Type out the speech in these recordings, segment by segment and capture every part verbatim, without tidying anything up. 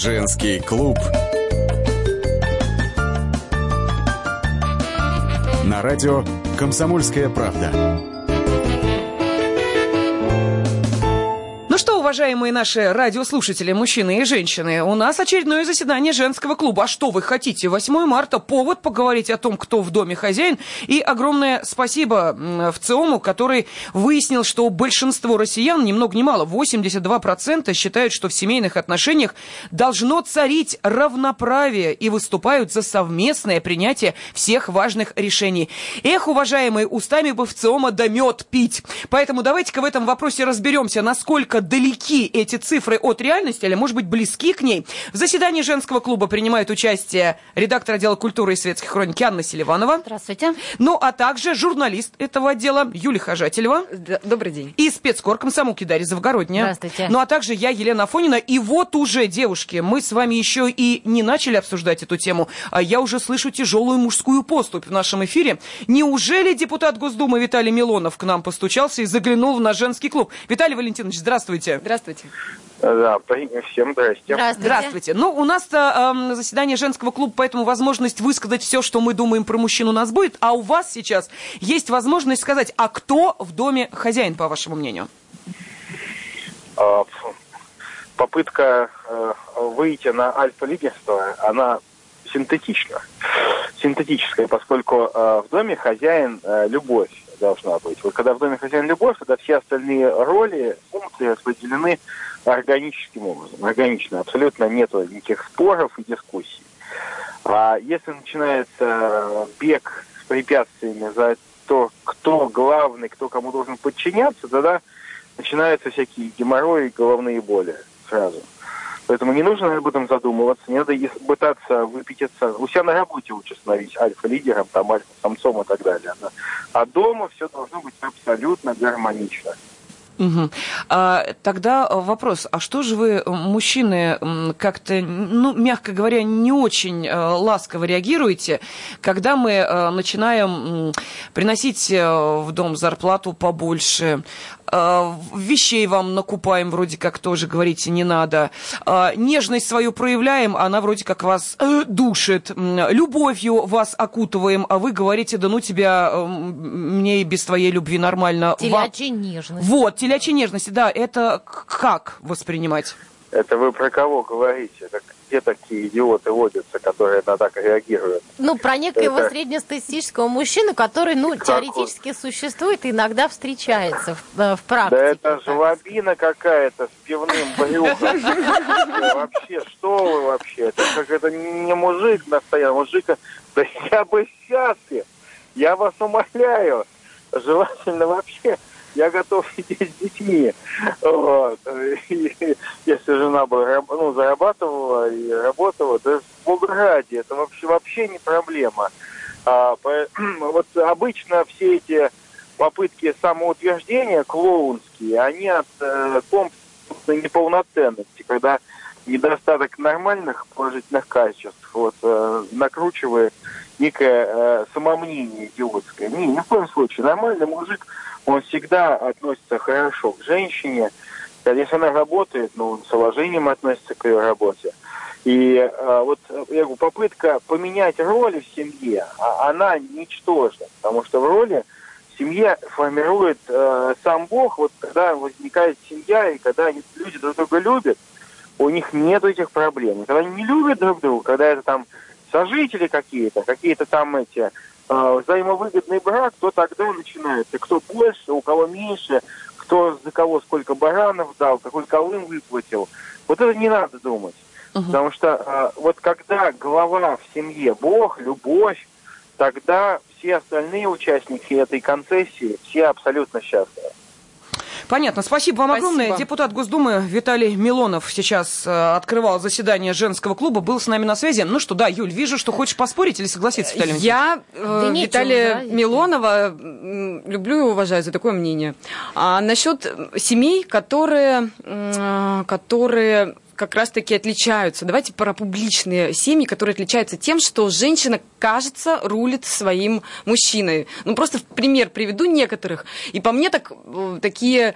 Женский клуб на радио «Комсомольская правда». Уважаемые наши радиослушатели, мужчины и женщины, у нас очередное заседание женского клуба. А что вы хотите? восьмое марта, повод поговорить о том, кто в доме хозяин. И огромное спасибо ВЦИОМу, который выяснил, что большинство россиян, ни много ни мало, восемьдесят два процента считают, что в семейных отношениях должно царить равноправие и выступают за совместное принятие всех важных решений. Эх, уважаемые, устами бы ВЦИОМа да мед пить. Поэтому давайте-ка в этом вопросе разберемся, насколько далеки эти цифры от реальности, или, может быть, близки к ней. В заседании женского клуба принимают участие редактор отдела культуры и светской хроники Анна Селиванова. Здравствуйте. Ну, а также журналист этого отдела Юлия Хожателева. Добрый день. И спецкор комсомолки Дарья Завгородняя. Здравствуйте. Ну, а также я, Елена Афонина. И вот уже, девушки, мы с вами еще и не начали обсуждать эту тему, а я уже слышу тяжелую мужскую поступь в нашем эфире. Неужели депутат Госдумы Виталий Милонов к нам постучался и заглянул на женский клуб? Виталий Валентинович, здравствуйте. Здравствуйте. Да, всем здрасте. Здравствуйте. Здравствуйте. Ну, у нас-то э, заседание женского клуба, поэтому возможность высказать все, что мы думаем про мужчин, у нас будет. А у вас сейчас есть возможность сказать, а кто в доме хозяин, по вашему мнению? Попытка выйти на альфа-лидерство, она синтетична. Синтетическая, поскольку в доме хозяин любовь должна быть. Вот когда в доме хозяин любовь, тогда все остальные роли, функции распределены органическим образом. Органично. Абсолютно нет никаких споров и дискуссий. А если начинается бег с препятствиями за то, кто главный, кто кому должен подчиняться, тогда начинаются всякие геморрои и головные боли сразу. Поэтому не нужно об этом задумываться, не надо пытаться выпятиться. У себя на работе лучше становись альфа-лидером, там, альфа-самцом и так далее. А дома все должно быть абсолютно гармонично. Угу. А, тогда вопрос, а что же вы, мужчины, как-то, ну, мягко говоря, не очень а, ласково реагируете, когда мы а, начинаем м, приносить а, в дом зарплату побольше, а, вещей вам накупаем, вроде как тоже говорите, не надо, а, нежность свою проявляем, она вроде как вас э, душит, любовью вас окутываем, а вы говорите, да ну тебя, э, мне и без твоей любви нормально. Телячья нежность. Вот, телячьей нежности, да, это как воспринимать? Это вы про кого говорите? Это где такие идиоты водятся, которые на так реагируют? Ну, про некоего это... среднестатистического мужчину, который, ну, как теоретически он? существует и иногда встречается в, в практике. Да это жлобина какая-то с пивным брюхом. Вообще, что вы вообще? Это как это не мужик настоящий, мужика. Да я бы счастлив. Я вас умоляю. Желательно вообще... Я готов сидеть с детьми. Вот. И, если жена бы ну, зарабатывала и работала, то бог ради, это вообще, вообще не проблема. А, по, вот обычно все эти попытки самоутверждения клоунские, они от э, комплексной неполноценности, когда недостаток нормальных положительных качеств вот, э, накручивает некое э, самомнение идиотское. Не, ни в коем случае. Нормальный мужик, он всегда относится хорошо к женщине. Если она работает, ну, он с уважением относится к ее работе. И э, вот я говорю, попытка поменять роли в семье, она ничтожна. Потому что в роли в семье формирует э, сам Бог. Вот когда возникает семья, и когда люди друг друга любят, у них нет этих проблем. И когда они не любят друг друга, когда это там сожители какие-то, какие-то там эти... взаимовыгодный брак, то тогда начинается. Кто больше, у кого меньше, кто за кого сколько баранов дал, какой колым выплатил. Вот это не надо думать. Uh-huh. Потому что а, вот когда глава в семье Бог, любовь, тогда все остальные участники этой концессии, все абсолютно счастливы. Понятно. Спасибо вам Спасибо. огромное. Депутат Госдумы Виталий Милонов сейчас э, открывал заседание женского клуба, был с нами на связи. Ну что, да, Юль, вижу, что хочешь поспорить или согласиться, Виталий Валентинович? Я э, да Виталия нечего, да, Милонова э, люблю и уважаю за такое мнение. А насчет семей, которые, э, которые как раз-таки отличаются. Давайте про публичные семьи, которые отличаются тем, что женщина, кажется, рулит своим мужчиной. Ну, просто в пример приведу некоторых. И по мне так, такие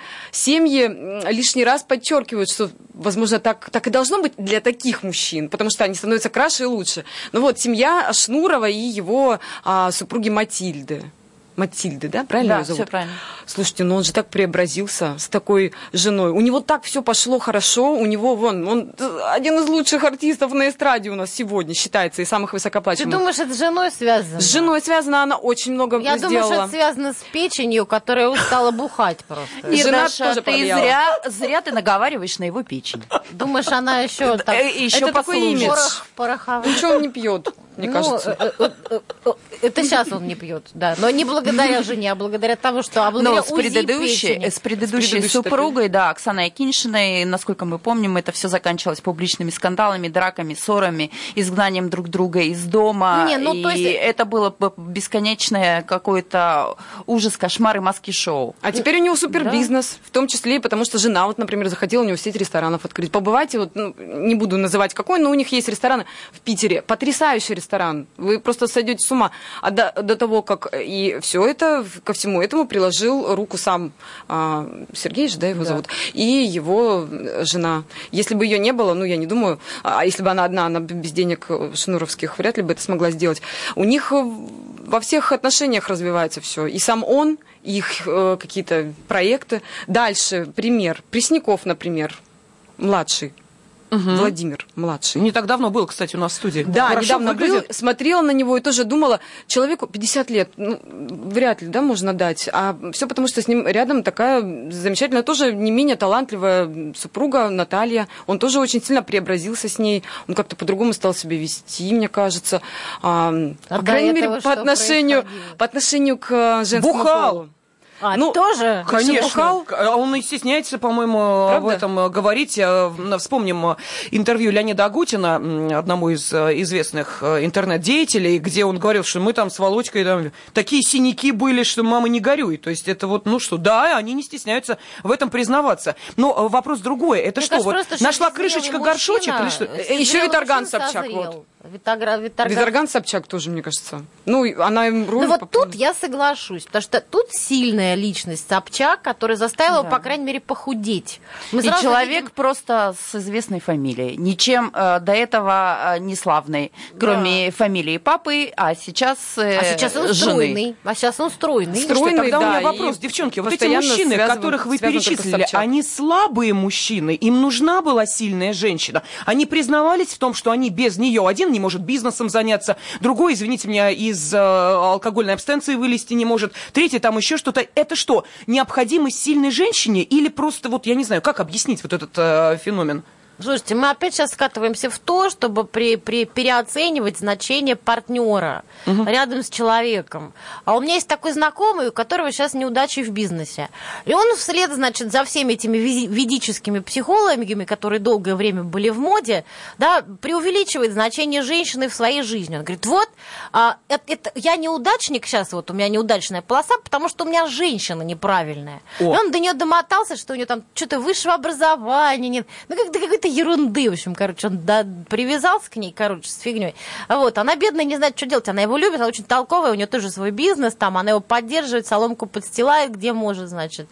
семьи лишний раз подчеркивают, что, возможно, так, так и должно быть для таких мужчин, потому что они становятся краше и лучше. Ну вот, семья Шнурова и его а, супруги Матильды. Матильды, да? Правильно да, ее зовут? Все правильно. Слушайте, ну он же так преобразился с такой женой. У него так все пошло хорошо. У него, вон, он один из лучших артистов на эстраде у нас сегодня считается и самых высокоплачиваемых. Ты думаешь, это с женой связано? С женой связано, она очень много Я сделала. думаю, что это связано с печенью, которая устала бухать просто. И, Жена Даша, тоже ты повлияла. зря, зря ты наговариваешь на его печень. Думаешь, она еще там... Э, еще это такой послужит. порох, пороховый. Ничего он не пьет, мне Ну, кажется. э, э, э, э, Это сейчас он не пьет, да. Но не благодаря жене, а благодаря тому, что... А благодаря Но с УЗИ предыдущей, печени. с предыдущей С предыдущей супругой, да, Оксаной Акиньшиной, насколько мы помним, это все заканчивалось публичными скандалами, драками, ссорами, изгнанием друг друга из дома. Не, ну, и то есть... это было бесконечное какой-то ужас, кошмар и маски-шоу. А теперь у него супербизнес, в том числе и потому, что жена, вот, например, захотела у него сеть ресторанов открыть. Побывайте, вот, ну, не буду называть какой, но у них есть рестораны в Питере. Потрясающий ресторан. Вы просто сойдете с ума. А до, до того, как и все это, ко всему этому приложил руку сам а, Сергей же, да, его Да. зовут, и его жена. Если бы ее не было, ну, я не думаю, а если бы она одна, она без денег шнуровских вряд ли бы это смогла сделать. У них во всех отношениях развивается все. И сам он, и их э, какие-то проекты. Дальше, пример. Пресняков, например, младший. Угу. Владимир младший. Не так давно был, кстати, у нас в студии. Да, Хорошо недавно был, выглядит. смотрела на него и тоже думала, человеку пятьдесят лет, ну, вряд ли, да, можно дать. А все потому, что с ним рядом такая замечательная, тоже не менее талантливая супруга Наталья. Он тоже очень сильно преобразился с ней. Он как-то по-другому стал себя вести, мне кажется. А, А по до крайней этого мере, что по отношению, происходило? по отношению к женскому Бухал! полу. А, Ну, тоже? Конечно. Бухал? А он и стесняется, по-моему, Правда? об этом говорить. Вспомним интервью Леонида Агутина, одному из известных интернет-деятелей, где он говорил, что мы там с Володькой там, такие синяки были, что мама не горюй. То есть это вот, ну что, да, они не стесняются в этом признаваться. Но вопрос другой. Это Мне что, кажется, вот просто, что нашла зрелый крышечка горшочек или что? мужчина, Еще зрелый Виторган мужчина Собчак, созрел. вот. Витогра- Виторган. Виторган Собчак тоже, мне кажется. Ну, и она им роль... Ну вот попала. тут я соглашусь, потому что тут сильная личность Собчак, которая заставила его, Да. по крайней мере, похудеть. Мы И сразу человек видим- просто с известной фамилией, ничем э, до этого э, не славный, кроме фамилии папы, а сейчас э, А сейчас он жены. стройный. А сейчас он стройный. Стройный, Слушайте, тогда да, у меня и вопрос, девчонки, вот эти постоянно мужчины, связывают- которых вы связаны только с перечислили, Собчак. они слабые мужчины, им нужна была сильная женщина. Они признавались в том, что они без нее, один не может бизнесом заняться, другой, извините меня, из э, алкогольной абстенции вылезти не может, третий там еще что-то. Это что, необходимость сильной женщине или просто, вот я не знаю, как объяснить вот этот э, феномен? Слушайте, мы опять сейчас скатываемся в то, чтобы при, при, переоценивать значение партнера угу. рядом с человеком. А у меня есть такой знакомый, у которого сейчас неудачи в бизнесе. И он вслед, значит, за всеми этими ведическими психологами, которые долгое время были в моде, да, преувеличивает значение женщины в своей жизни. Он говорит, вот, а, это, это, я неудачник сейчас, вот у меня неудачная полоса, потому что у меня женщина неправильная. О. И он до нее домотался, что у нее там что-то высшего образования нет. Ну, как-то какой-то ерунды, в общем, короче, он да, привязался к ней, короче, с фигней. Вот, она бедная, не знает, что делать, она его любит, она очень толковая, у нее тоже свой бизнес, там, она его поддерживает, соломку подстилает, где может, значит.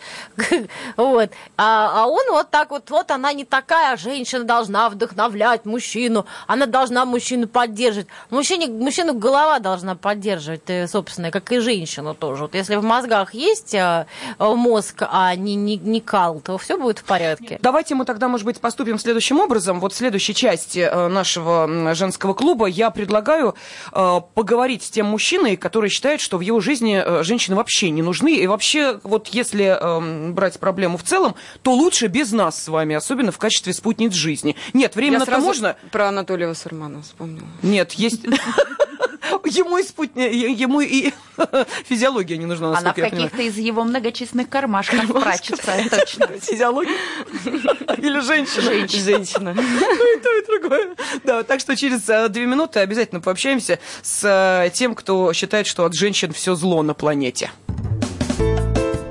Вот. А, а он вот так вот, вот она не такая, женщина должна вдохновлять мужчину, она должна мужчину поддерживать. Мужчине, мужчину голова должна поддерживать, собственно, как и женщину тоже. Вот если в мозгах есть мозг, а не, не, не кал, то все будет в порядке. Давайте мы тогда, может быть, поступим следующим образом. Вот в следующей части нашего женского клуба я предлагаю э, поговорить с тем мужчиной, который считает, что в его жизни э, женщины вообще не нужны. И вообще, вот если э, брать проблему в целом, то лучше без нас с вами, особенно в качестве спутниц жизни. Нет, временно-то можно... про Анатолия Вассермана вспомнила. Нет, есть... Ему и спутник, ему и физиология не нужна, Она в насколько я понимаю. каких-то из его многочисленных кармашках прячется, точно. Физиология? Или женщина? Женщина. Ну и то, и другое. Да, так что через две минуты обязательно пообщаемся с тем, кто считает, что от женщин все зло на планете.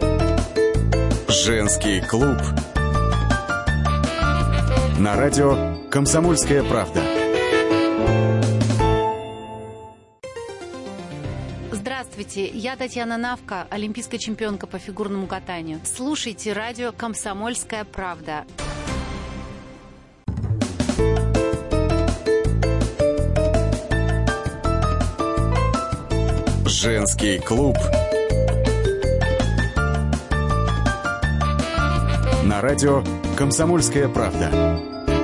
Женский клуб. На радио «Комсомольская правда». Здравствуйте, я Татьяна Навка, олимпийская чемпионка по фигурному катанию. Слушайте радио «Комсомольская правда». Женский клуб на радио «Комсомольская правда».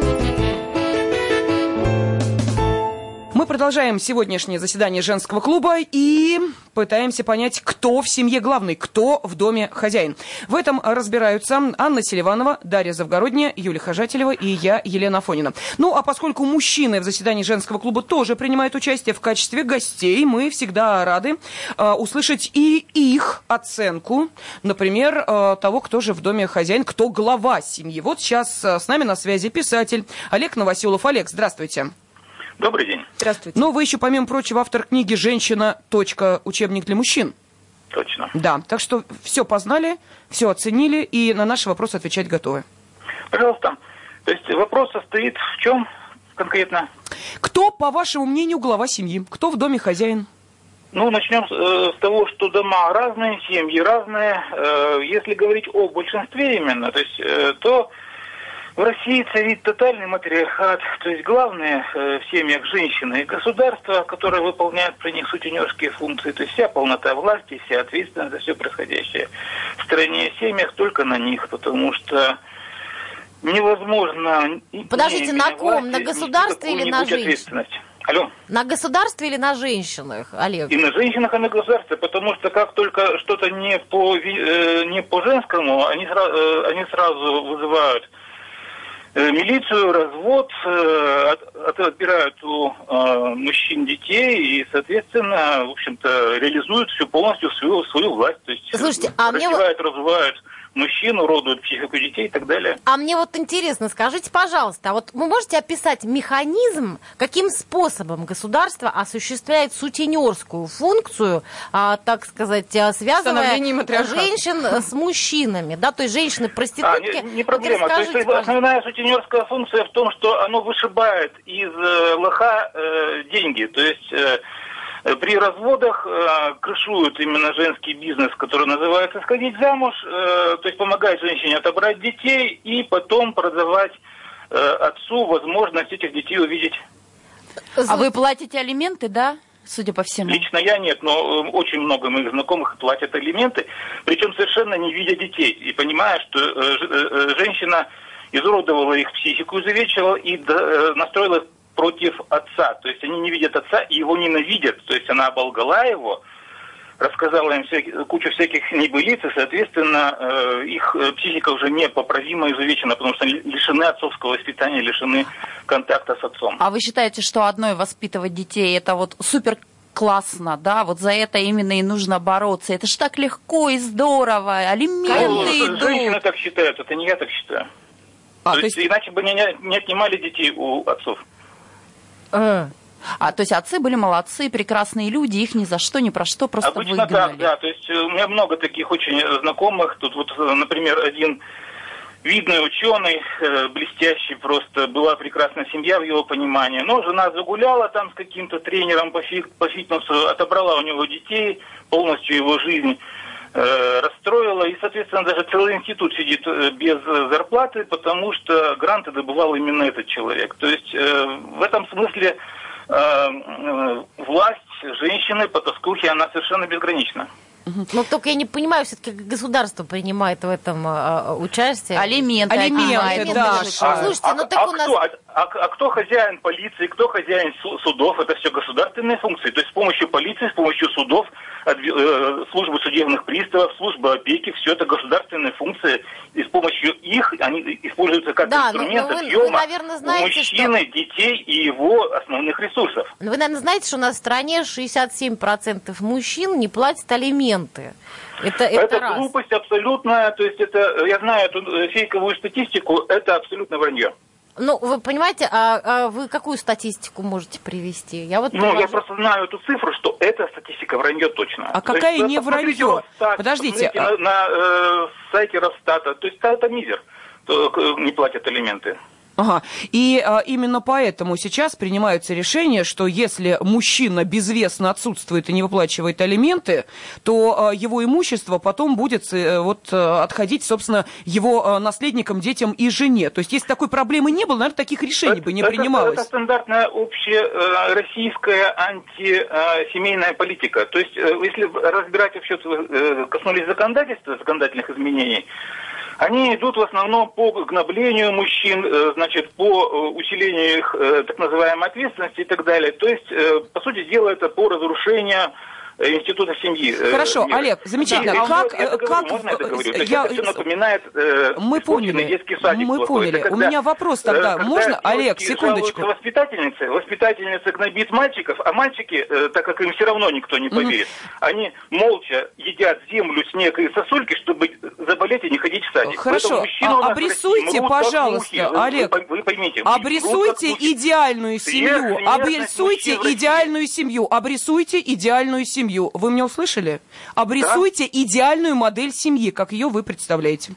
Мы продолжаем сегодняшнее заседание женского клуба и пытаемся понять, кто в семье главный, кто в доме хозяин. В этом разбираются Анна Селиванова, Дарья Завгородняя, Юлия Хожателева и я, Елена Афонина. Ну, а поскольку мужчины в заседании женского клуба тоже принимают участие в качестве гостей, мы всегда рады э, услышать и их оценку, например, э, того, кто же в доме хозяин, кто глава семьи. Вот сейчас э, с нами на связи писатель Олег Новоселов. Олег, здравствуйте. Добрый день. Здравствуйте. Но вы еще, помимо прочего, автор книги «Женщина. Учебник для мужчин». Точно. Да, так что все познали, все оценили и на наши вопросы отвечать готовы. Пожалуйста. То есть вопрос состоит в чем конкретно? Кто, по вашему мнению, глава семьи? Кто в доме хозяин? Ну, начнем с, э, с того, что дома разные, семьи разные. Э, если говорить о большинстве именно, то есть, э, то... В России царит тотальный матриархат, то есть главные э, в семьях женщины и государство, которое выполняет при них сутенерские функции, то есть вся полнота власти, вся ответственность за все происходящее в стране и семьях только на них, потому что невозможно... Подождите, на ком? На государстве или на женщинах? Алло. На государстве или на женщинах, Олег? И на женщинах, и на государстве, потому что как только что-то не по, э, не по женскому, они, э, они сразу вызывают милицию, развод, от, от, отбирают у э, мужчин детей и, соответственно, в общем-то, реализуют всю полностью свою, свою власть. То есть Слушайте, а развивают, мне... развивают мужчин, уродуют психику детей и так далее. А мне вот интересно, скажите, пожалуйста, а вот вы можете описать механизм, каким способом государство осуществляет сутенерскую функцию, а, так сказать, связывая женщин с мужчинами, да, то есть женщины-проститутки? А, не, не проблема. Вот то есть основная сутенерская функция в том, что оно вышибает из э, лоха э, деньги, то есть... Э, При разводах э, крышуют именно женский бизнес, который называется «сходить замуж», э, то есть помогать женщине отобрать детей и потом продавать э, отцу возможность этих детей увидеть. А вы платите алименты, да? Судя по всему. Лично я нет, но э, очень много моих знакомых платят алименты, причем совершенно не видя детей и понимая, что э, э, женщина изуродовала их психику, изувечила и э, настроила против отца. То есть они не видят отца и его ненавидят. То есть она оболгала его, рассказала им всякие, кучу всяких небылиц, и, соответственно, э, их психика уже непоправимо изувечена, потому что они лишены отцовского воспитания, лишены контакта с отцом. А вы считаете, что одной воспитывать детей это вот супер классно, да? Вот за это именно и нужно бороться. Это ж так легко и здорово. Алименты ну, идут. Женщины так считают, это не я так считаю. А, то, то есть, есть иначе бы не, не отнимали детей у отцов. А. а, то есть отцы были молодцы, прекрасные люди, их ни за что, ни про что просто Обычно выгнали. так, да. То есть у меня много таких очень знакомых. Тут вот, например, один видный ученый, блестящий просто, была прекрасная семья в его понимании. Но жена загуляла там с каким-то тренером по, фи- по фитнесу, отобрала у него детей, полностью его жизнь э, расстроила. И, соответственно, даже целый институт сидит без зарплаты, потому что гранты добывал именно этот человек. То есть э, в этом смысле э, э, власть женщины, потаскухи, она совершенно безгранична. Ну, только я не понимаю, все-таки государство принимает в этом а, участие. Алименты. Алименты, да. А, Слушайте, а, ну так а у нас... Кто, а, а, а кто хозяин полиции, кто хозяин судов? Это все государственные функции. То есть с помощью полиции, с помощью судов, службы судебных приставов, службы опеки, все это государственные функции. И с помощью их они используются как да, инструмент вы, отъема вы, наверное, знаете, у мужчины, что... детей и его основных ресурсов. Вы, наверное, знаете, что у нас в стране шестьдесят семь процентов мужчин не платят алименты. Это, это, это раз. глупость абсолютная, то есть это, я знаю эту фейковую статистику, это абсолютно вранье. Ну, вы понимаете, а, а вы какую статистику можете привести? Я вот ну, привожу... я просто знаю эту цифру, что это статистика вранье точно. А то какая есть, не вранье? Росстат, Подождите. А... На, на э, сайте Росстата, то есть это мизер, кто не платят алименты. Ага. И а, именно поэтому сейчас принимаются решения, что если мужчина безвестно отсутствует и не выплачивает алименты, то а, его имущество потом будет а, вот, а, отходить, собственно, его а, наследникам, детям и жене. То есть, если такой проблемы не было, наверное, таких решений это, бы не это, принималось. Это стандартная общероссийская антисемейная политика. То есть, если разбирать вообще, коснулись законодательства, законодательных изменений, они идут в основном по гноблению мужчин, значит, по усилению их так называемой ответственности и так далее. То есть, по сути дела, это по разрушению института семьи. Хорошо, мира. Олег, замечательно. Да, как, я договорю, как, можно я договорю? То есть я... это все напоминает э, мы поняли, детский садик. мы плохой. поняли. Когда, У меня вопрос тогда. когда Можно, Олег, секундочку. Воспитательницы, воспитательницы гнобит мальчиков, а мальчики, э, так как им все равно никто не поверит, mm-hmm. они молча едят землю, снег и сосульки, чтобы заболеть и не ходить в садик. Хорошо, а, обрисуйте, мрут, пожалуйста, вы, Олег, вы, вы поймите, обрисуйте мрут, идеальную семью, смерть, обрисуйте идеальную семью, обрисуйте идеальную семью. Вы меня услышали? Обрисуйте да? идеальную модель семьи, как ее вы представляете.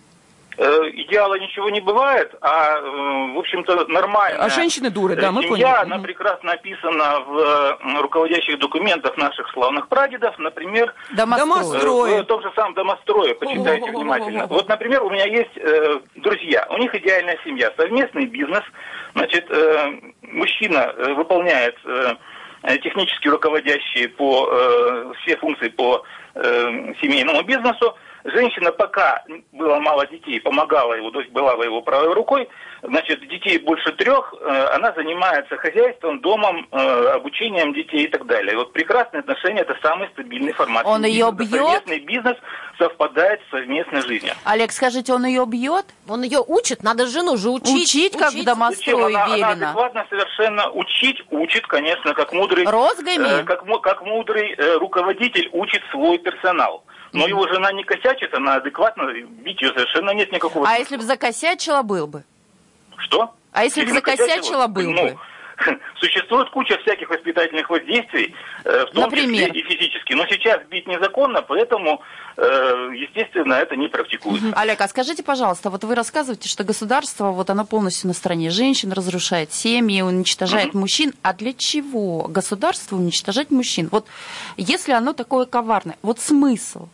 Идеала ничего не бывает, а, в общем-то, нормально. А женщины дуры, да, мы семья, поняли. Она mm-hmm. прекрасно описана в руководящих документах наших славных прадедов, например... Домострой. В том же самом домострое, почитайте oh, внимательно. Oh, oh, oh. Вот, например, у меня есть э, друзья, у них идеальная семья, совместный бизнес, значит, э, мужчина э, выполняет... Э, технически руководящие по э, все функции по э, семейному бизнесу. Женщина, пока было мало детей, помогала его, то есть была его правой рукой. Значит, детей больше трех, э, она занимается хозяйством, домом, э, обучением детей и так далее. И вот прекрасные отношения – это самый стабильный формат. Он ее бьет? Совместный бизнес совпадает с совместной жизнью. Олег, скажите, он ее бьет? Он ее учит, надо жену же учить. Учить, как в домострое она, велено. Она адекватно совершенно учить, учит, конечно, как мудрый, Розгами? э, как, как мудрый э, руководитель учит свой персонал. Но mm-hmm. его жена не косячит, она адекватно, бить ее совершенно нет никакого... А если бы закосячила, был бы? Что? А если, если бы закосячила, был ну, бы? Существует куча всяких воспитательных воздействий, э, в том Например? числе и физически. Но сейчас бить незаконно, поэтому, э, естественно, это не практикуется. Олег, а скажите, пожалуйста, вот вы рассказываете, что государство, вот оно полностью на стороне женщин, разрушает семьи, уничтожает mm-hmm. мужчин. А для чего государство уничтожать мужчин? Вот если оно такое коварное, вот смысл?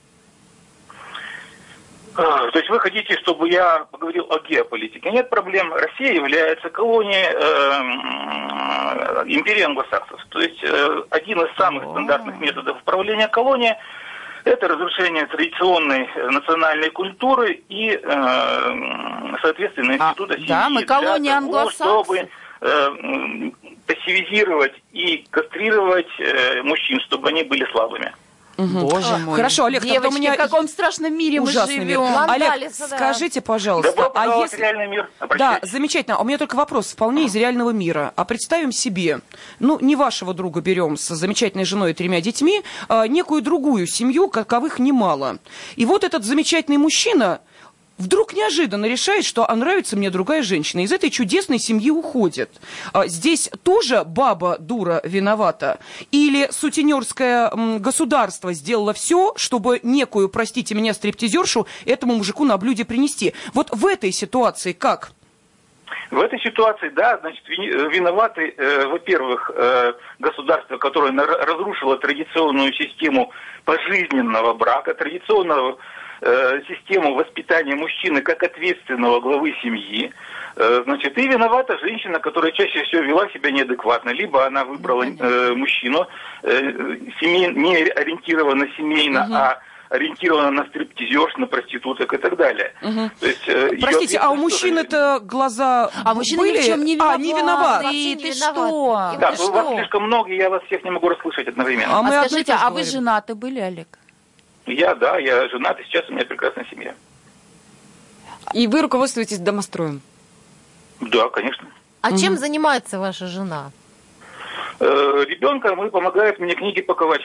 То есть вы хотите, чтобы я поговорил о геополитике? Нет проблем. Россия является колонией э, империи англосаксов. То есть э, один из самых стандартных методов управления колонией – это разрушение традиционной национальной культуры и, э, соответственно, института а, семьи. Да, мы колония англосаксов. Чтобы э, пассивизировать и кастрировать э, мужчин, чтобы они были слабыми. Угу. Боже мой. Хорошо, Олег, девочки, тогда у меня в каком страшном мире мы живем. Олег, скажите, пожалуйста, Добро а если... реальный мир. Да, замечательно. У меня только вопрос вполне из реального мира. А представим себе, ну, не вашего друга берем с замечательной женой и тремя детьми, а некую другую семью, каковых немало. И вот этот замечательный мужчина вдруг неожиданно решает, что а нравится мне другая женщина. Из этой чудесной семьи уходит. А здесь тоже баба дура виновата? Или сутенерское м, государство сделало все, чтобы некую, простите меня, стриптизершу этому мужику на блюде принести? Вот в этой ситуации как? В этой ситуации, да, значит, виноваты, э, во-первых, э, государство, которое на- разрушило традиционную систему пожизненного брака, традиционного систему воспитания мужчины как ответственного главы семьи, значит, и виновата женщина, которая чаще всего вела себя неадекватно. Либо она выбрала э, мужчину, э, семей, не ориентированно семейно, угу. а ориентирована на стриптизерш, на проституток и так далее. Угу. То есть, э, простите, а у мужчин это глаза а мужчины были? ни в чем не виноваты. А, не виноваты. Ты, ты что? Да, ты у что? вас слишком много, я вас всех не могу расслышать одновременно. А, мы а скажите, а вы женаты были, Олег? Я, да, я женат, и сейчас у меня прекрасная семья. И вы руководствуетесь домостроем? Да, конечно. А угу. чем занимается ваша жена? Э, ребенка мы помогает мне книги паковать.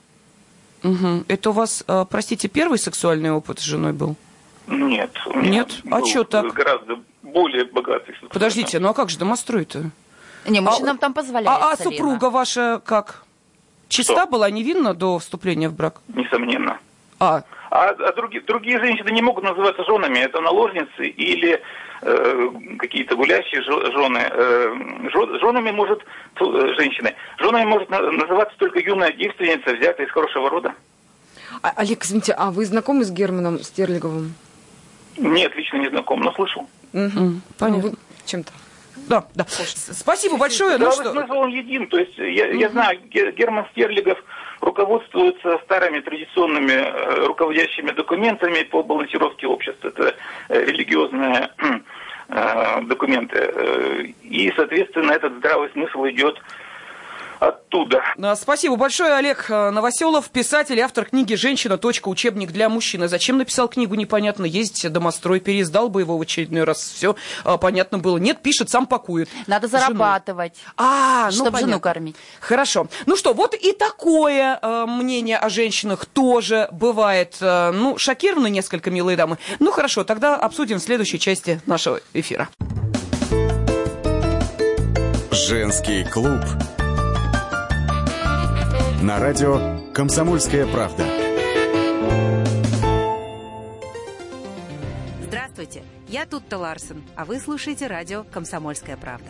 Угу. Это у вас, э, простите, первый сексуальный опыт с женой был? Нет. Нет? А что так? Гораздо более богатый. Подождите, ну а как же домострой-то? Не, мужчинам а, там позволяется. А, а супруга ваша как? Чиста Что? была, невинна до вступления в брак? Несомненно. А, А, а другие, другие женщины не могут называться женами. Это наложницы или э, какие-то гулящие жены. Э, женами может, женщины, женами может называться только юная девственница, взятая из хорошего рода. А, Олег, извините, а вы знакомы с Германом Стерлиговым? Нет, лично не знаком, но слышал. Угу. Понятно. Ну, чем-то. Да, да. Спасибо большое. Да, Ну, что... смысл он един. То есть я, я знаю, Герман Стерлигов руководствуется старыми традиционными э, руководящими документами по балансировке общества. Это э, религиозные э, документы. Э, и, соответственно, этот здравый смысл идет оттуда. Спасибо большое, Олег Новоселов, писатель, автор книги «Женщина. Учебник для мужчины». Зачем написал книгу, непонятно. Есть домострой, переиздал бы его в очередной раз. Все понятно было. Нет, пишет, сам пакует. Надо зарабатывать, а, ну, чтобы понятно. жену кормить. Хорошо. Ну что, вот и такое э, мнение о женщинах тоже бывает. Э, ну, шокированы несколько, милые дамы. Ну, хорошо, тогда обсудим в следующей части нашего эфира. Женский клуб. На радио «Комсомольская правда». Здравствуйте, я Тутта Ларсен, а вы слушаете радио «Комсомольская правда».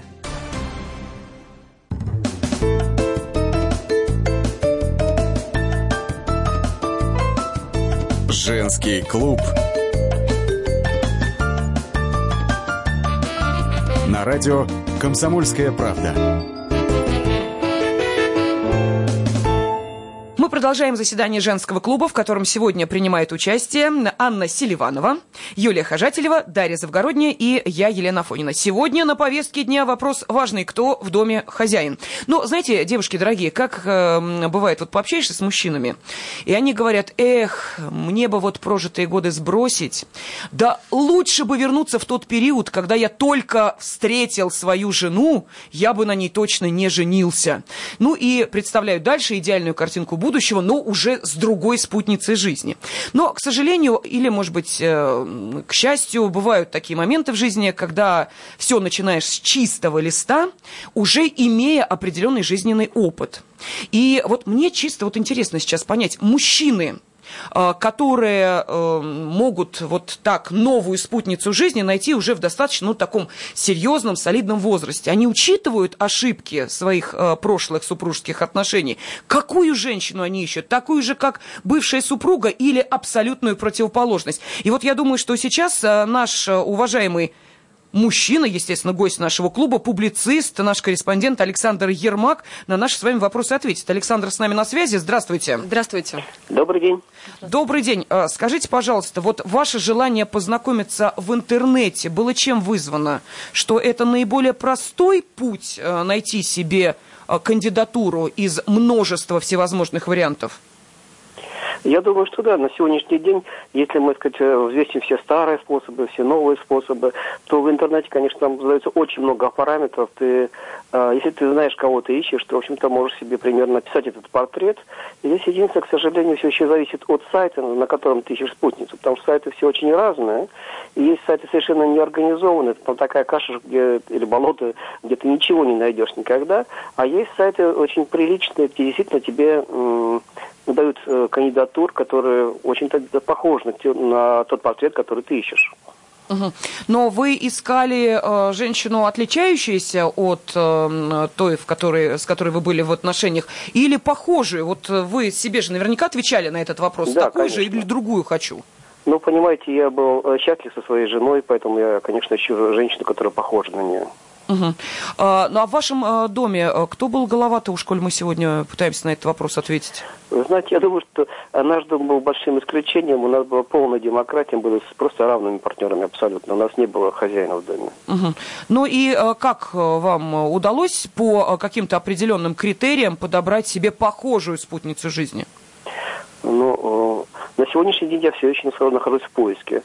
Женский клуб. На радио «Комсомольская правда». Мы продолжаем заседание женского клуба, в котором сегодня принимает участие Анна Селиванова, Юлия Хожателева, Дарья Завгородняя и я, Елена Афонина. Сегодня на повестке дня вопрос важный: кто в доме хозяин? Ну, знаете, девушки дорогие, как э, бывает, вот пообщаешься с мужчинами, и они говорят: эх, мне бы вот прожитые годы сбросить, да лучше бы вернуться в тот период, когда я только встретил свою жену, я бы на ней точно не женился. Ну и представляю дальше идеальную картинку будущего, но уже с другой спутницей жизни. Но, к сожалению, или, может быть, к счастью, бывают такие моменты в жизни, когда все начинаешь с чистого листа, уже имея определенный жизненный опыт. И вот мне чисто вот интересно сейчас понять, мужчины, которые э, могут вот так новую спутницу жизни найти уже в достаточно ну, таком серьезном, солидном возрасте. Они учитывают ошибки своих э, прошлых супружеских отношений. Какую женщину они ищут? Такую же, как бывшая супруга, или абсолютную противоположность? И вот я думаю, что сейчас э, наш э, уважаемый мужчина, естественно, гость нашего клуба, публицист, наш корреспондент Александр Ермак на наши с вами вопросы ответит. Александр с нами на связи. Здравствуйте. Здравствуйте. Добрый день. Добрый день. Скажите, пожалуйста, вот ваше желание познакомиться в интернете было чем вызвано? Что это наиболее простой путь найти себе кандидатуру из множества всевозможных вариантов? Я думаю, что да, на сегодняшний день, если мы, так сказать, взвесим все старые способы, все новые способы, то в интернете, конечно, там задается очень много параметров. Ты, э, если ты знаешь, кого ты ищешь, то, в общем-то, можешь себе примерно написать этот портрет. И здесь единственное, к сожалению, все еще зависит от сайта, на котором ты ищешь спутницу, потому что сайты все очень разные. И есть сайты совершенно неорганизованные, там такая каша где, или болото, где ты ничего не найдешь никогда. А есть сайты очень приличные, где действительно тебе м- дают э, кандидатур, которые очень-то похожи на, на тот портрет, который ты ищешь. Угу. Но вы искали э, женщину, отличающуюся от э, той, в которой, с которой вы были в отношениях, или похожую? Вот вы себе же наверняка отвечали на этот вопрос. Да, такую конечно. же или другую хочу? Ну, понимаете, я был счастлив со своей женой, поэтому я, конечно, ищу женщину, которая похожа на нее. Угу. А, ну, а в вашем а, доме кто был голова-то, уж коль мы сегодня пытаемся на этот вопрос ответить? Вы знаете, я думаю, что наш дом был большим исключением. У нас была полная демократия, мы были просто равными партнерами абсолютно. У нас не было хозяина в доме. Угу. Ну и а, как вам удалось по каким-то определенным критериям подобрать себе похожую спутницу жизни? Ну, на сегодняшний день я все еще нахожусь в поиске.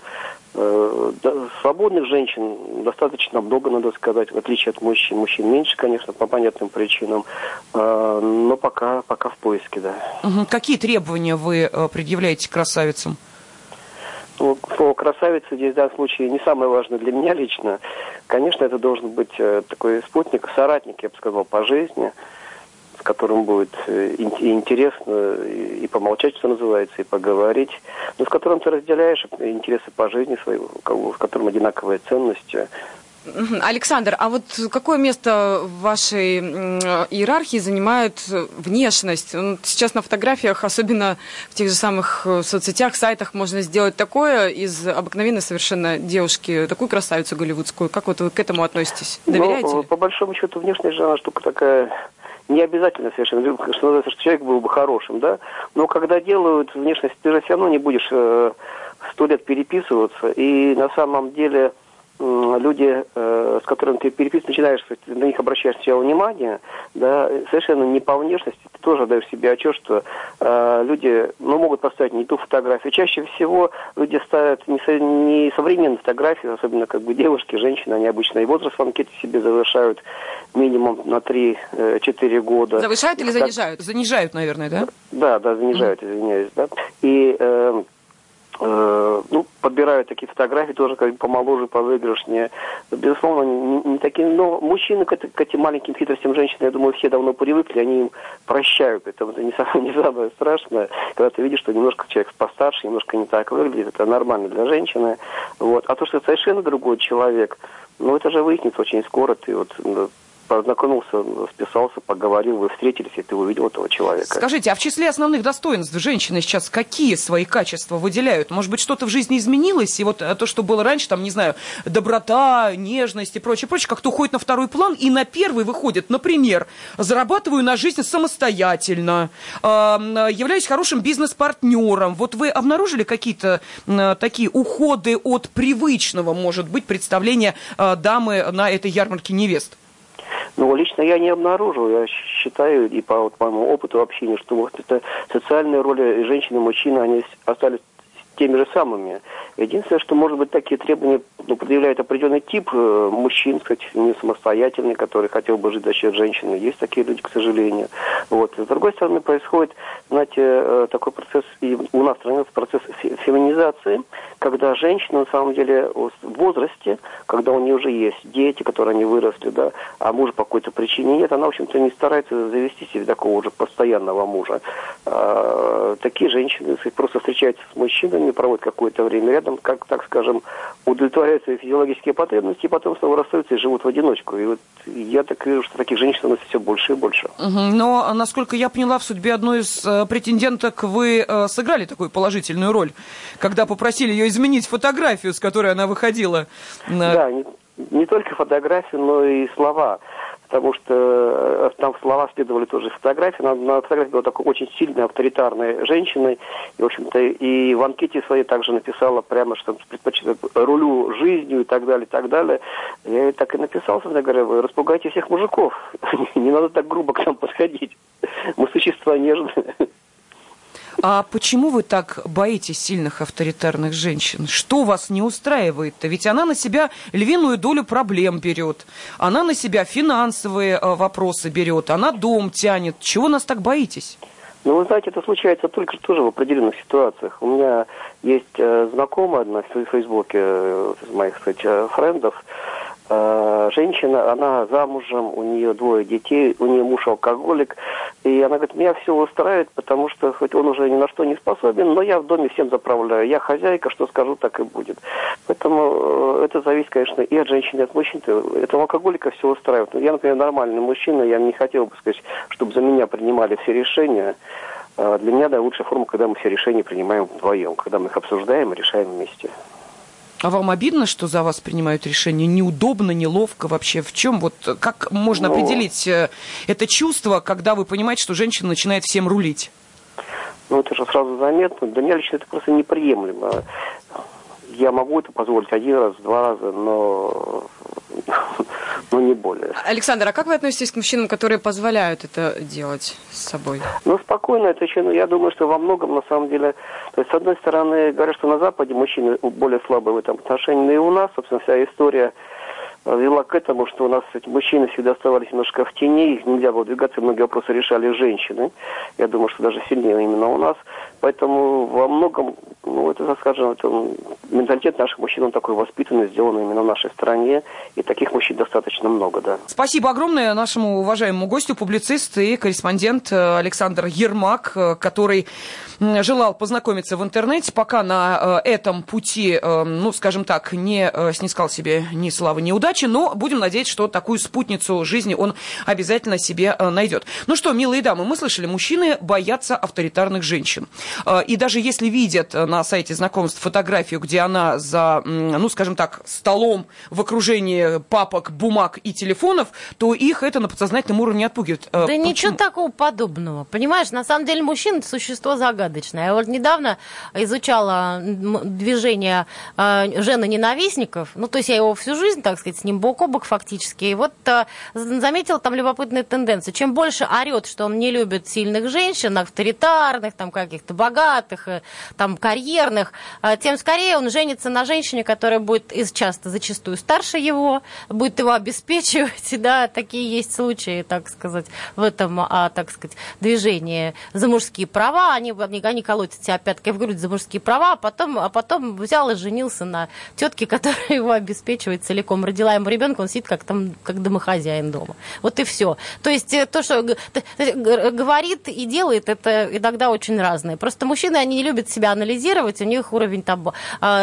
Свободных женщин достаточно много, надо сказать, в отличие от мужчин. Мужчин меньше, конечно, по понятным причинам, но пока, пока в поиске, да. Угу. Какие требования вы предъявляете красавицам? Ну, слово «красавица» здесь в данном случае не самое важное для меня лично. Конечно, это должен быть такой спутник, соратник, я бы сказал, по жизни. с которым будет и интересно и помолчать, что называется, и поговорить, но с которым ты разделяешь интересы по жизни своей, с которым одинаковые ценности. Александр, а вот какое место в вашей иерархии занимает внешность? Сейчас на фотографиях, особенно в тех же самых соцсетях, сайтах, можно сделать такое из обыкновенной совершенно девушки, такую красавицу голливудскую. Как вот вы к этому относитесь? Доверяете? Ну, по большому счету, внешность же она штука такая не обязательно совершенно, что называется, что человек был бы хорошим, да? Но когда делают внешность, ты же все равно не будешь э, сто лет переписываться, и на самом деле люди, э, с которыми ты переписываешь, начинаешь, на них обращаешь сначала внимание, да, совершенно не по внешности, ты тоже даешь себе отчет, что э, люди, ну, могут поставить не ту фотографию. Чаще всего люди ставят не, со, не современные фотографии, особенно как бы девушки, женщины, они обычно и возраст в анкете себе завышают минимум на три-четыре года. Завышают или так, занижают? Занижают, наверное, да? Да, да, занижают, mm-hmm. извиняюсь, да. И э, ну, подбирают такие фотографии, тоже как бы помоложе, повыигрышнее. Безусловно, не, не такие, но мужчины к, к этим маленьким хитростям женщин, я думаю, все давно привыкли, они им прощают. Это, это не, самое, не самое страшное, когда ты видишь, что немножко человек постарше, немножко не так выглядит, это нормально для женщины. Вот. А то, что это совершенно другой человек, ну, это же выяснится очень скоро, ты вот познакомился, списался, поговорил, вы встретились, и ты увидел этого человека. Скажите, а в числе основных достоинств женщины сейчас какие свои качества выделяют? Может быть, что-то в жизни изменилось, и вот то, что было раньше, там, не знаю, доброта, нежность и прочее, прочее, как-то уходит на второй план, и на первый выходит, например, зарабатываю на жизнь самостоятельно, э, являюсь хорошим бизнес-партнером. Вот вы обнаружили какие-то э, такие уходы от привычного, может быть, представления э, дамы на этой ярмарке невест? Ну, лично я не обнаружил. Я считаю, и по, вот, по моему опыту общения, что вот это социальные роли женщины и мужчины, они остались теми же самыми. Единственное, что, может быть, такие требования ну, предъявляет определенный тип э, мужчин, кстати, не самостоятельный, который хотел бы жить за счет женщины. Есть такие люди, к сожалению. Вот. С другой стороны, происходит, знаете, э, такой процесс, и у нас в стране процесс феминизации, когда женщина, на самом деле, в возрасте, когда у нее уже есть дети, которые они выросли, да, а мужа по какой-то причине нет, она, в общем-то, не старается завести себе такого уже постоянного мужа. А, такие женщины просто встречаются с мужчинами, проводят какое-то время рядом, как, так скажем, удовлетворяют свои физиологические потребности, и потом снова расстаются и живут в одиночку. И вот я так вижу, что таких женщин становится все больше и больше. Угу. Но, насколько я поняла, в судьбе одной из э, претенденток вы э, сыграли такую положительную роль, когда попросили ее изменить фотографию, с которой она выходила. На... Да, не, не только фотографию, но и слова. Потому что там слова следовали тоже фотографии. На, на фотографии была такой очень сильной, авторитарной женщиной. И, в общем-то, и в анкете своей также написала прямо, что предпочитаю рулю жизнью и так далее, и так далее. Я ей так и написал, собственно говоря, вы распугайте всех мужиков. Не надо так грубо к нам подходить. Мы существа нежные. А почему вы так боитесь сильных авторитарных женщин? Что вас не устраивает-то? Ведь она на себя львиную долю проблем берет. Она на себя финансовые э, вопросы берет. Она дом тянет. Чего нас так боитесь? Ну, вы знаете, это случается только тоже в определенных ситуациях. У меня есть э, знакомая одна в Фейсбуке, э, из моих, кстати, френдов, э, женщина, она замужем, у нее двое детей, у нее муж алкоголик, и она говорит, меня все устраивает, потому что хоть он уже ни на что не способен, но я в доме всем заправляю, я хозяйка, что скажу, так и будет. Поэтому э, это зависит, конечно, и от женщины, и от мужчин. Этого алкоголика все устраивает. Я, например, нормальный мужчина, я не хотел бы сказать, чтобы за меня принимали все решения. Для меня, да, лучшая форма, когда мы все решения принимаем вдвоем, когда мы их обсуждаем и решаем вместе. А вам обидно, что за вас принимают решения? Неудобно, неловко вообще? В чем вот, как можно ну, определить это чувство, когда вы понимаете, что женщина начинает всем рулить? Ну, это же сразу заметно. Для меня лично это просто неприемлемо. Я могу это позволить один раз, два раза, но, но не более. Александр, а как вы относитесь к мужчинам, которые позволяют это делать с собой? Ну, спокойно, это еще, ну, я думаю, что во многом, на самом деле, то есть, с одной стороны, говорят, что на Западе мужчины более слабые в этом отношении, но и у нас, собственно, вся история вела к этому, что у нас эти мужчины всегда оставались немножко в тени, их нельзя было двигаться, многие вопросы решали женщины. Я думаю, что даже сильнее именно у нас. Поэтому во многом ну, это, скажем, это, менталитет наших мужчин, он такой воспитанный, сделанный именно в нашей стране, и таких мужчин достаточно много, да. Спасибо огромное нашему уважаемому гостю, публицист и корреспондент Александр Ермак, который желал познакомиться в интернете, пока на этом пути, ну, скажем так, не снискал себе ни славы, ни удачи, но будем надеяться, что такую спутницу жизни он обязательно себе найдет. Ну что, милые дамы, мы слышали, мужчины боятся авторитарных женщин. И даже если видят на сайте знакомств фотографию, где она за, ну, скажем так, столом в окружении папок, бумаг и телефонов, то их это на подсознательном уровне отпугивает. Да Почему? Ничего такого подобного. Понимаешь, на самом деле мужчина – это существо загадочное. Я вот недавно изучала движение женоненавистников, ну, то есть я его всю жизнь, так сказать, с ним бок о бок фактически, и вот заметила там любопытную тенденцию. Чем больше орет, что он не любит сильных женщин, авторитарных, там, каких-то богатых, там, карьерных, тем скорее он женится на женщине, которая будет из часто, зачастую старше его, будет его обеспечивать, да, такие есть случаи, так сказать, в этом, а, так сказать, движении за мужские права, они, они, они колотят себя пяткой в грудь за мужские права, а потом, а потом взял и женился на тетке, которая его обеспечивает целиком, родила ему ребенка, он сидит как там, как домохозяин дома. Вот и все. То есть то, что говорит и делает, это иногда очень разное. Просто мужчины, они не любят себя анализировать, у них уровень там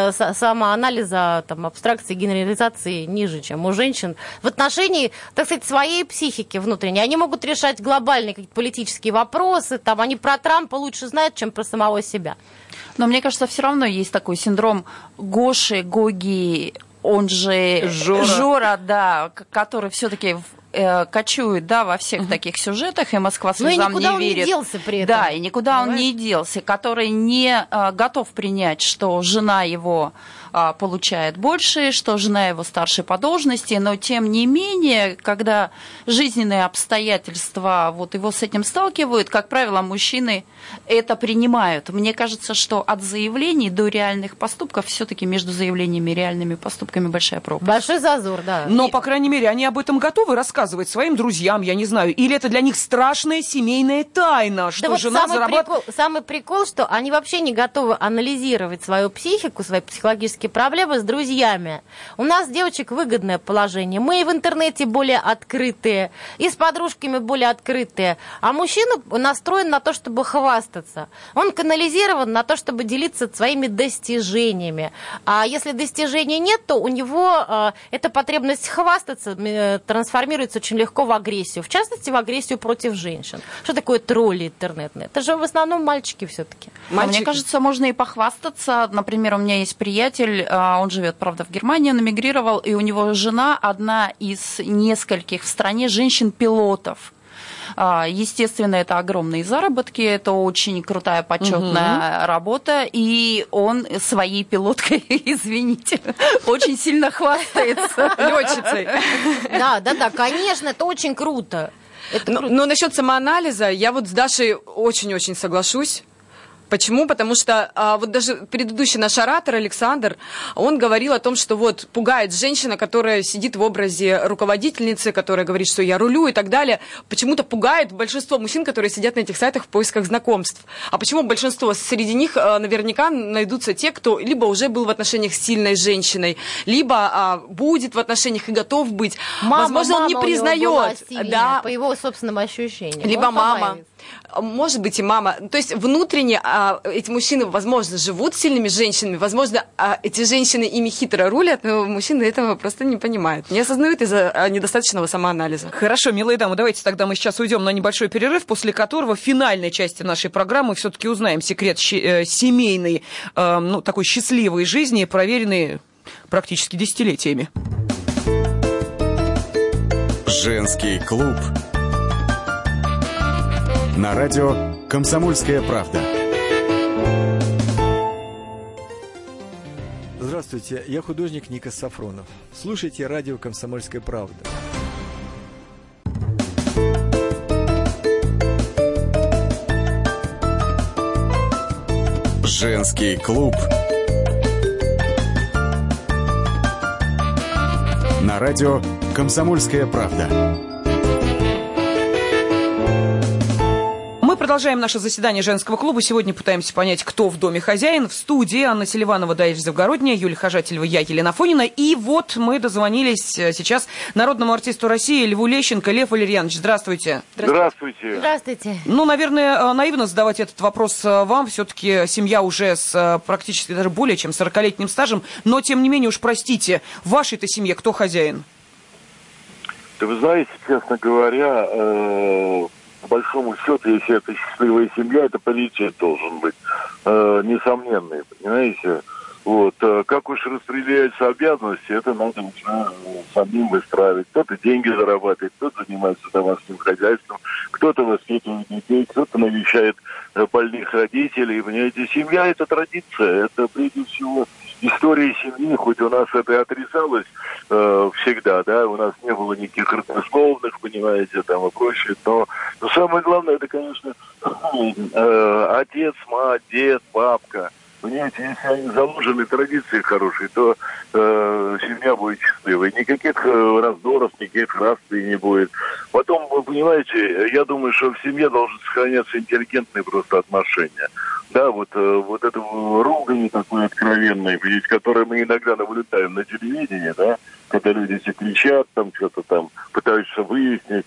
самоанализа, там, абстракции, генерализации ниже, чем у женщин. В отношении, так сказать, своей психики внутренней. Они могут решать глобальные какие-то политические вопросы, там, они про Трампа лучше знают, чем про самого себя. Но мне кажется, все равно есть такой синдром Гоши, Гоги, он же Жора, Жора да, который все-таки э, кочует, да, во всех угу. таких сюжетах, и Москва слезам не верит. Но и никуда он не делся при этом. Да, и никуда Понимаешь? он не делся, который не э, готов принять, что жена его э, получает больше, что жена его старше по должности, но тем не менее, когда жизненные обстоятельства вот его с этим сталкивают, как правило, мужчины это принимают. Мне кажется, что от заявлений до реальных поступков все-таки между заявлениями и реальными поступками большая пропасть. Большой зазор, да. Но, по крайней мере, они об этом готовы рассказывать своим друзьям, я не знаю. Или это для них страшная семейная тайна, что да вот жена самый зарабатывает... Прикол, самый прикол, что они вообще не готовы анализировать свою психику, свои психологические проблемы с друзьями. У нас, девочек, выгодное положение. Мы и в интернете более открытые, и с подружками более открытые. А мужчина настроен на то, чтобы хвастаться. Он канализирован на то, чтобы делиться своими достижениями. А если достижений нет, то у него э, эта потребность хвастаться э, трансформируется очень легко в агрессию. В частности, в агрессию против женщин. Что такое тролли интернетные? Это же в основном мальчики все-таки. Мне кажется, можно и похвастаться. Например, у меня есть приятель, он живет, правда, в Германии, он эмигрировал, и у него жена одна из нескольких в стране женщин-пилотов. Естественно, это огромные заработки, это очень крутая, почетная угу. работа, и он своей пилоткой, извините, очень сильно хвастается. Летчицей. Да, да, да, конечно, это очень круто. Но, но насчет самоанализа я вот с Дашей очень-очень соглашусь. Почему? Потому что а, вот даже предыдущий наш оратор Александр, он говорил о том, что вот пугает женщина, которая сидит в образе руководительницы, которая говорит, что я рулю и так далее. Почему-то пугает большинство мужчин, которые сидят на этих сайтах в поисках знакомств. А почему большинство? Среди них а, наверняка найдутся те, кто либо уже был в отношениях с сильной женщиной, либо а, будет в отношениях и готов быть. Мама, Возможно, мама он не признает. Да, по его собственным ощущениям. Либо мама. Может быть, и мама. То есть внутренне а, эти мужчины, возможно, живут с сильными женщинами, возможно, а, эти женщины ими хитро рулят, но мужчины этого просто не понимают, не осознают из-за а, недостаточного самоанализа. Хорошо, милые дамы, давайте тогда мы сейчас уйдем на небольшой перерыв, после которого в финальной части нашей программы все-таки узнаем секрет щи- э, семейной, э, ну, такой счастливой жизни, проверенной практически десятилетиями. Женский клуб. На радио «Комсомольская правда». Здравствуйте, я художник Ника Сафронов. Слушайте радио «Комсомольская правда». Женский клуб. На радио «Комсомольская правда». продолжаем наше заседание женского клуба. Сегодня пытаемся понять, кто в доме хозяин. В студии Анна Селиванова, Даиш Завгородняя, Юлия Хожателева, я, Елена Афонина. И вот мы дозвонились сейчас народному артисту России Льву Лещенко. Лев Валерьянович, здравствуйте. Здравствуйте. Здравствуйте. Ну, наверное, наивно задавать этот вопрос вам. Все-таки семья уже с практически даже более чем сорокалетним стажем. Но, тем не менее, уж простите, в вашей-то семье кто хозяин? Да вы знаете, честно говоря, э, по большому счету, если это счастливая семья, это приоритет должен быть э, несомненный, понимаете? Вот. Э, как уж распределяются обязанности, это надо уже самим выстраивать. Кто-то деньги зарабатывает, кто-то занимается домашним хозяйством, кто-то воспитывает детей, кто-то навещает э, больных родителей. Понимаете, семья – это традиция, это прежде всего история семьи, хоть у нас это и отрицалось э, всегда, да, у нас не было никаких родословных, понимаете, там и прочее, но, но самое главное, это, конечно, э, отец, мать, дед, бабка, понимаете, если они заложены традиции хорошие, то э, семья будет счастливой, никаких э, раздоров, никаких расприй не будет. Потом, вы понимаете, я думаю, что в семье должны сохраняться интеллигентные просто отношения. Да, вот, вот это ругань такой откровенной, которое мы иногда наблюдаем на телевидении, да, когда люди все кричат, там что-то там пытаются выяснить,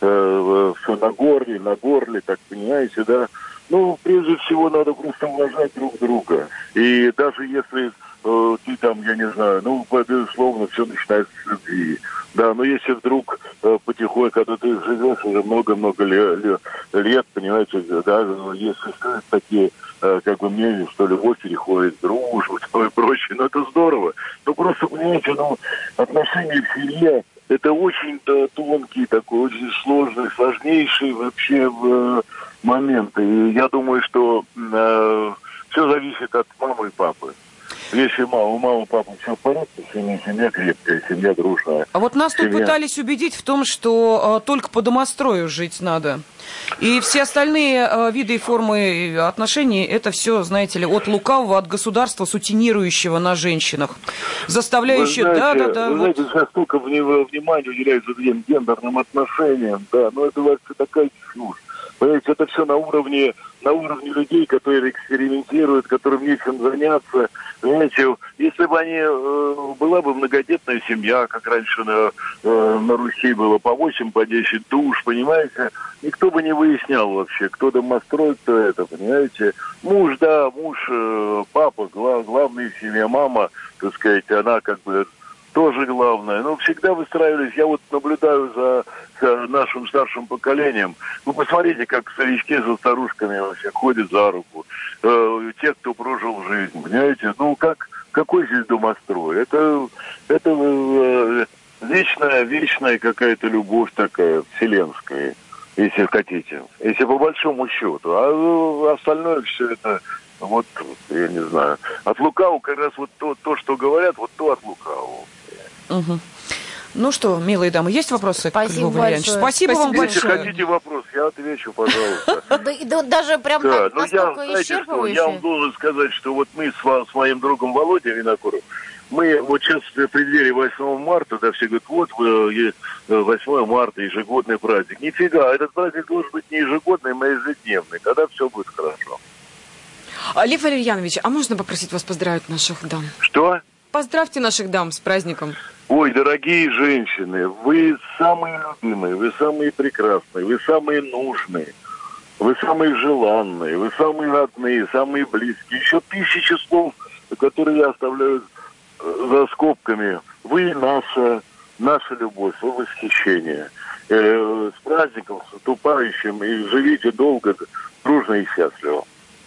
э, все на горле, на горле, так понимаете, да. Ну, прежде всего, надо просто уважать друг друга. И даже если э, ты там, я не знаю, ну, безусловно, все начинается с любви. Да, но если вдруг э, потихоньку, когда ты живешь уже много-много лет, лет, понимаете, да, если такие как бы мнение, что любовь переходит в дружбу и прочее, но это здорово. Но просто, понимаете, ну, отношения в семье, это очень да, тонкий такой, очень сложный, сложнейший вообще э, момент. И я думаю, что э, все зависит от мамы и папы. Если мама, у мамы и папы все в порядке, семья, семья крепкая, семья дружная. А вот нас семья... тут пытались убедить в том, что э, только по домострою жить надо. И все остальные э, виды и формы отношений, это все, знаете ли, от лукавого, от государства, сутенирующего на женщинах, заставляющего... Да, да, да. Вы вот... знаете, сейчас столько внимания уделяется гендерным отношениям, да, но это вообще такая чушь. Понимаете, это все на уровне, на уровне людей, которые экспериментируют, которым нечем заняться. Понимаете, если бы они, э, была бы многодетная семья, как раньше на, э, на Руси было, по восемь, по десять душ, понимаете, никто бы не выяснял вообще, кто домострой, кто это, понимаете. Муж, да, муж, э, папа, глав, главный в семье, мама, так сказать, она как бы тоже главное. Но всегда выстраивались, я вот наблюдаю за, за нашим старшим поколением. Вы посмотрите, как старички за старушками вообще ходят за руку. Э, те, кто прожил жизнь, понимаете? Ну, как, какой здесь домострой? Это, это э, вечная, вечная какая-то любовь такая, вселенская, если хотите. Если по большому счету. А остальное все это... Вот, я не знаю. От лукавого как раз вот то, то, что говорят, вот то от лукавого. Угу. Ну что, милые дамы, есть вопросы? Спасибо большое. Спасибо, Спасибо вам Если большое. Если хотите вопрос, я отвечу, пожалуйста. Да, даже прям да, так, но я, знаете, что, я вам должен сказать, что вот мы с, с моим другом Володей Винокуром, мы вот сейчас в преддверии восьмого марта, да, все говорят, вот восьмое марта, ежегодный праздник. Нифига, этот праздник должен быть не ежегодный, а ежедневный. Тогда все будет хорошо. Лев Валерьянович, а можно попросить вас поздравить наших дам? Что? Поздравьте наших дам с праздником. Ой, дорогие женщины, вы самые любимые, вы самые прекрасные, вы самые нужные, вы самые желанные, вы самые родные, самые близкие. Еще тысячи слов, которые я оставляю за скобками. Вы наша, наша любовь, вы восхищение. Э, с праздником, с наступающим, и живите долго, дружно и счастливо.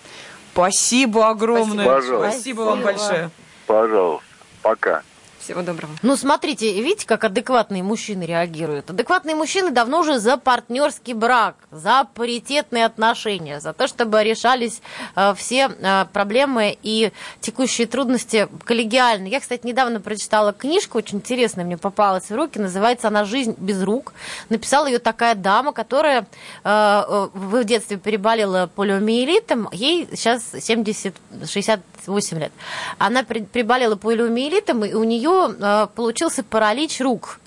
Спасибо огромное. Пожалуйста. Спасибо вам большое. Пожалуйста. Пока. Всего доброго. Ну, смотрите, видите, как адекватные мужчины реагируют? Адекватные мужчины давно уже за партнерский брак, за паритетные отношения, за то, чтобы решались э, все э, проблемы и текущие трудности коллегиально. Я, кстати, недавно прочитала книжку, очень интересная, мне попалась в руки, называется она «Жизнь без рук». Написала ее такая дама, которая э, в детстве переболела полиомиелитом, ей сейчас семьдесят шестьдесят восемь лет. Она приболела полиомиелитом, и у нее получился паралич рук.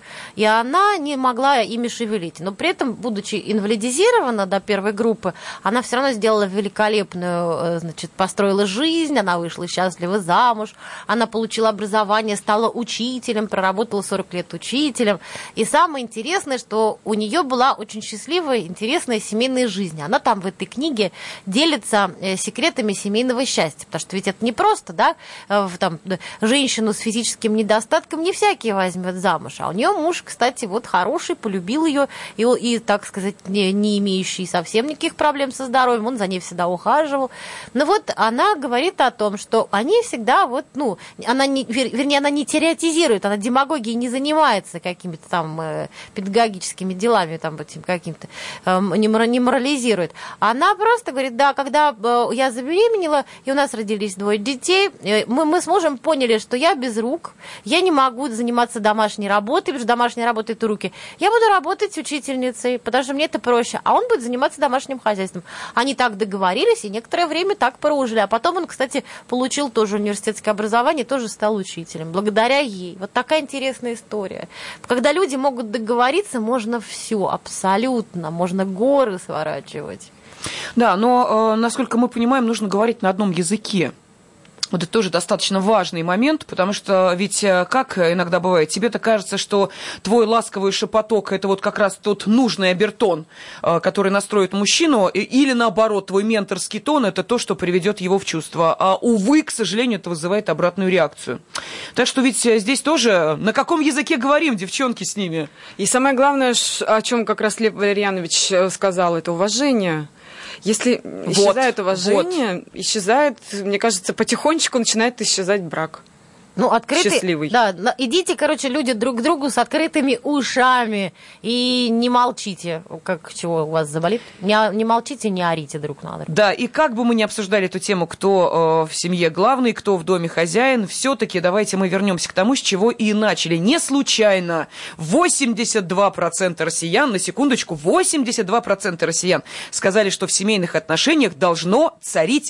и она не могла ими шевелить. Но при этом, будучи инвалидизирована до первой группы, она все равно сделала великолепную, значит, построила жизнь, она вышла счастливо замуж, она получила образование, стала учителем, проработала сорок лет учителем. И самое интересное, что у нее была очень счастливая, интересная семейная жизнь. Она там в этой книге делится секретами семейного счастья, потому что ведь это не просто, да, там, женщину с физическим недостатком не всякий возьмет замуж, а у нее муж, кстати, вот хороший, полюбил ее, и, и так сказать, не, не имеющий совсем никаких проблем со здоровьем, он за ней всегда ухаживал. Но вот она говорит о том, что они всегда вот, ну, она не, вер, вернее, она не теоретизирует, она демагогией не занимается какими-то там э, педагогическими делами, там, этим каким-то, э, не, не морализирует. Она просто говорит, да, когда э, я забеременела, и у нас родились двое детей, э, мы, мы с мужем поняли, что я без рук, я не могу заниматься домашней работой, потому что домашняя работа – это руки. Я буду работать учительницей, потому что мне это проще, а он будет заниматься домашним хозяйством. Они так договорились, и некоторое время так прожили. А потом он, кстати, получил тоже университетское образование, тоже стал учителем, благодаря ей. Вот такая интересная история. Когда люди могут договориться, можно все, абсолютно, можно горы сворачивать. Да, но, э, насколько мы понимаем, нужно говорить на одном языке. Вот это тоже достаточно важный момент, потому что ведь, как иногда бывает, тебе-то кажется, что твой ласковый шепоток – это вот как раз тот нужный обертон, который настроит мужчину, или наоборот, твой менторский тон – это то, что приведет его в чувство. А, увы, к сожалению, это вызывает обратную реакцию. Так что ведь здесь тоже на каком языке говорим, девчонки, с ними? И самое главное, о чем как раз Лев Валерьянович сказал, это уважение. Если вот, исчезает уважение, вот. исчезает, мне кажется, потихонечку начинает исчезать брак. Ну, открытый, счастливый. Да, идите, короче, люди друг к другу с открытыми ушами и не молчите. Как чего у вас заболит? Не, не молчите, не орите друг на друга. Да, и как бы мы ни обсуждали эту тему, кто э, в семье главный, кто в доме хозяин, все-таки давайте мы вернемся к тому, с чего и начали. Не случайно восемьдесят два процента россиян, на секундочку, восемьдесят два процента россиян сказали, что в семейных отношениях должно царить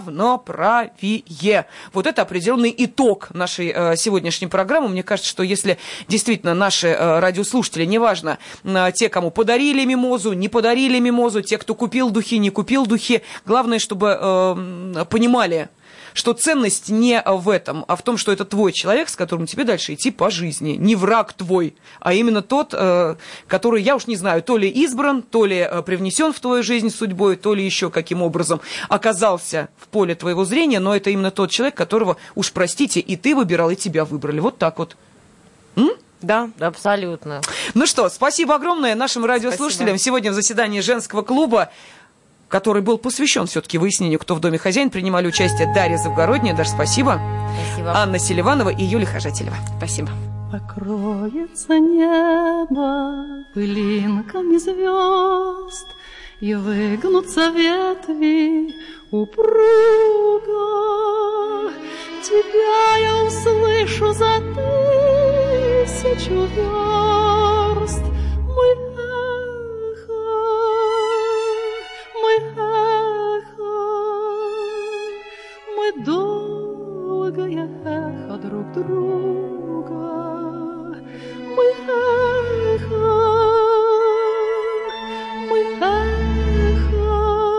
равноправие. Вот это определенный итог нашей сегодняшней программы. Мне кажется, что если действительно наши радиослушатели, неважно, те, кому подарили мимозу, не подарили мимозу, те, кто купил духи, не купил духи, главное, чтобы э, понимали, что ценность не в этом, а в том, что это твой человек, с которым тебе дальше идти по жизни. Не враг твой, а именно тот, который, я уж не знаю, то ли избран, то ли привнесен в твою жизнь судьбой, то ли еще каким образом оказался в поле твоего зрения, но это именно тот человек, которого, уж простите, и ты выбирал, и тебя выбрали. Вот так вот. М? Да, абсолютно. Ну что, спасибо огромное нашим радиослушателям. Спасибо. Сегодня в заседании женского клуба, который был посвящен все-таки выяснению, кто в доме хозяин, принимали участие Дарья Завгородняя, Даша, спасибо, спасибо. Анна Селиванова и Юлия Хожателева. Спасибо. Покроется небо пылинками звезд, и выгнутся ветви упруго. Тебя я услышу за тысячу верст, мой эхо, мой эхо, мы долгое эхо друг друга, мы эхо, мы эхо,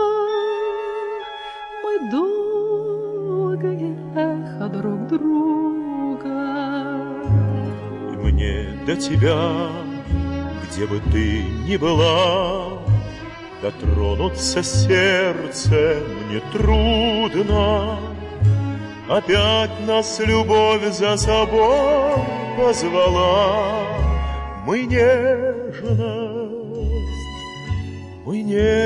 мы долгое эхо друг друга. И мне до тебя, где бы ты ни была, дотронуться сердцем не трудно. Опять нас любовь за собой позвала. Мы нежность, мы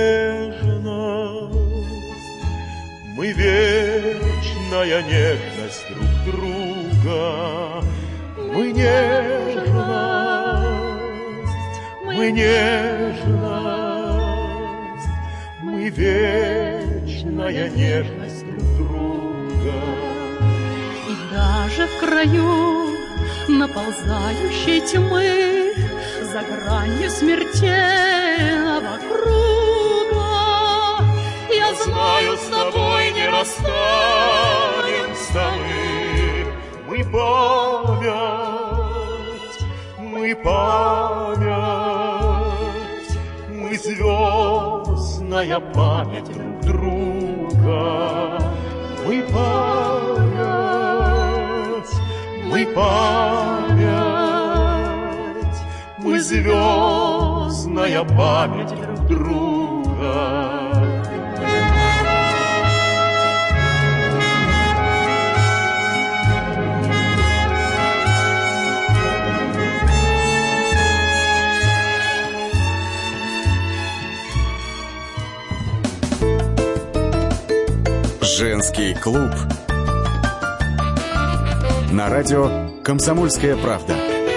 нежность, мы вечная нежность друг друга. Мы нежность, мы нежность, мы вечная нежность друг друга. И даже в краю наползающей тьмы, за гранью смертельного круга, я знаю, с тобой не расстанемся мы. Мы память, мы мы память, мы звездная память друг друга. Мы память, мы память, мы звездная память друг друга. Женский клуб. На радио «Комсомольская правда».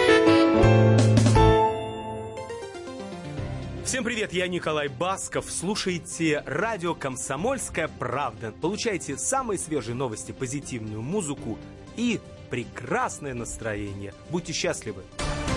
Всем привет, я Николай Басков. Слушайте радио «Комсомольская правда». Получайте самые свежие новости, позитивную музыку и прекрасное настроение. Будьте счастливы.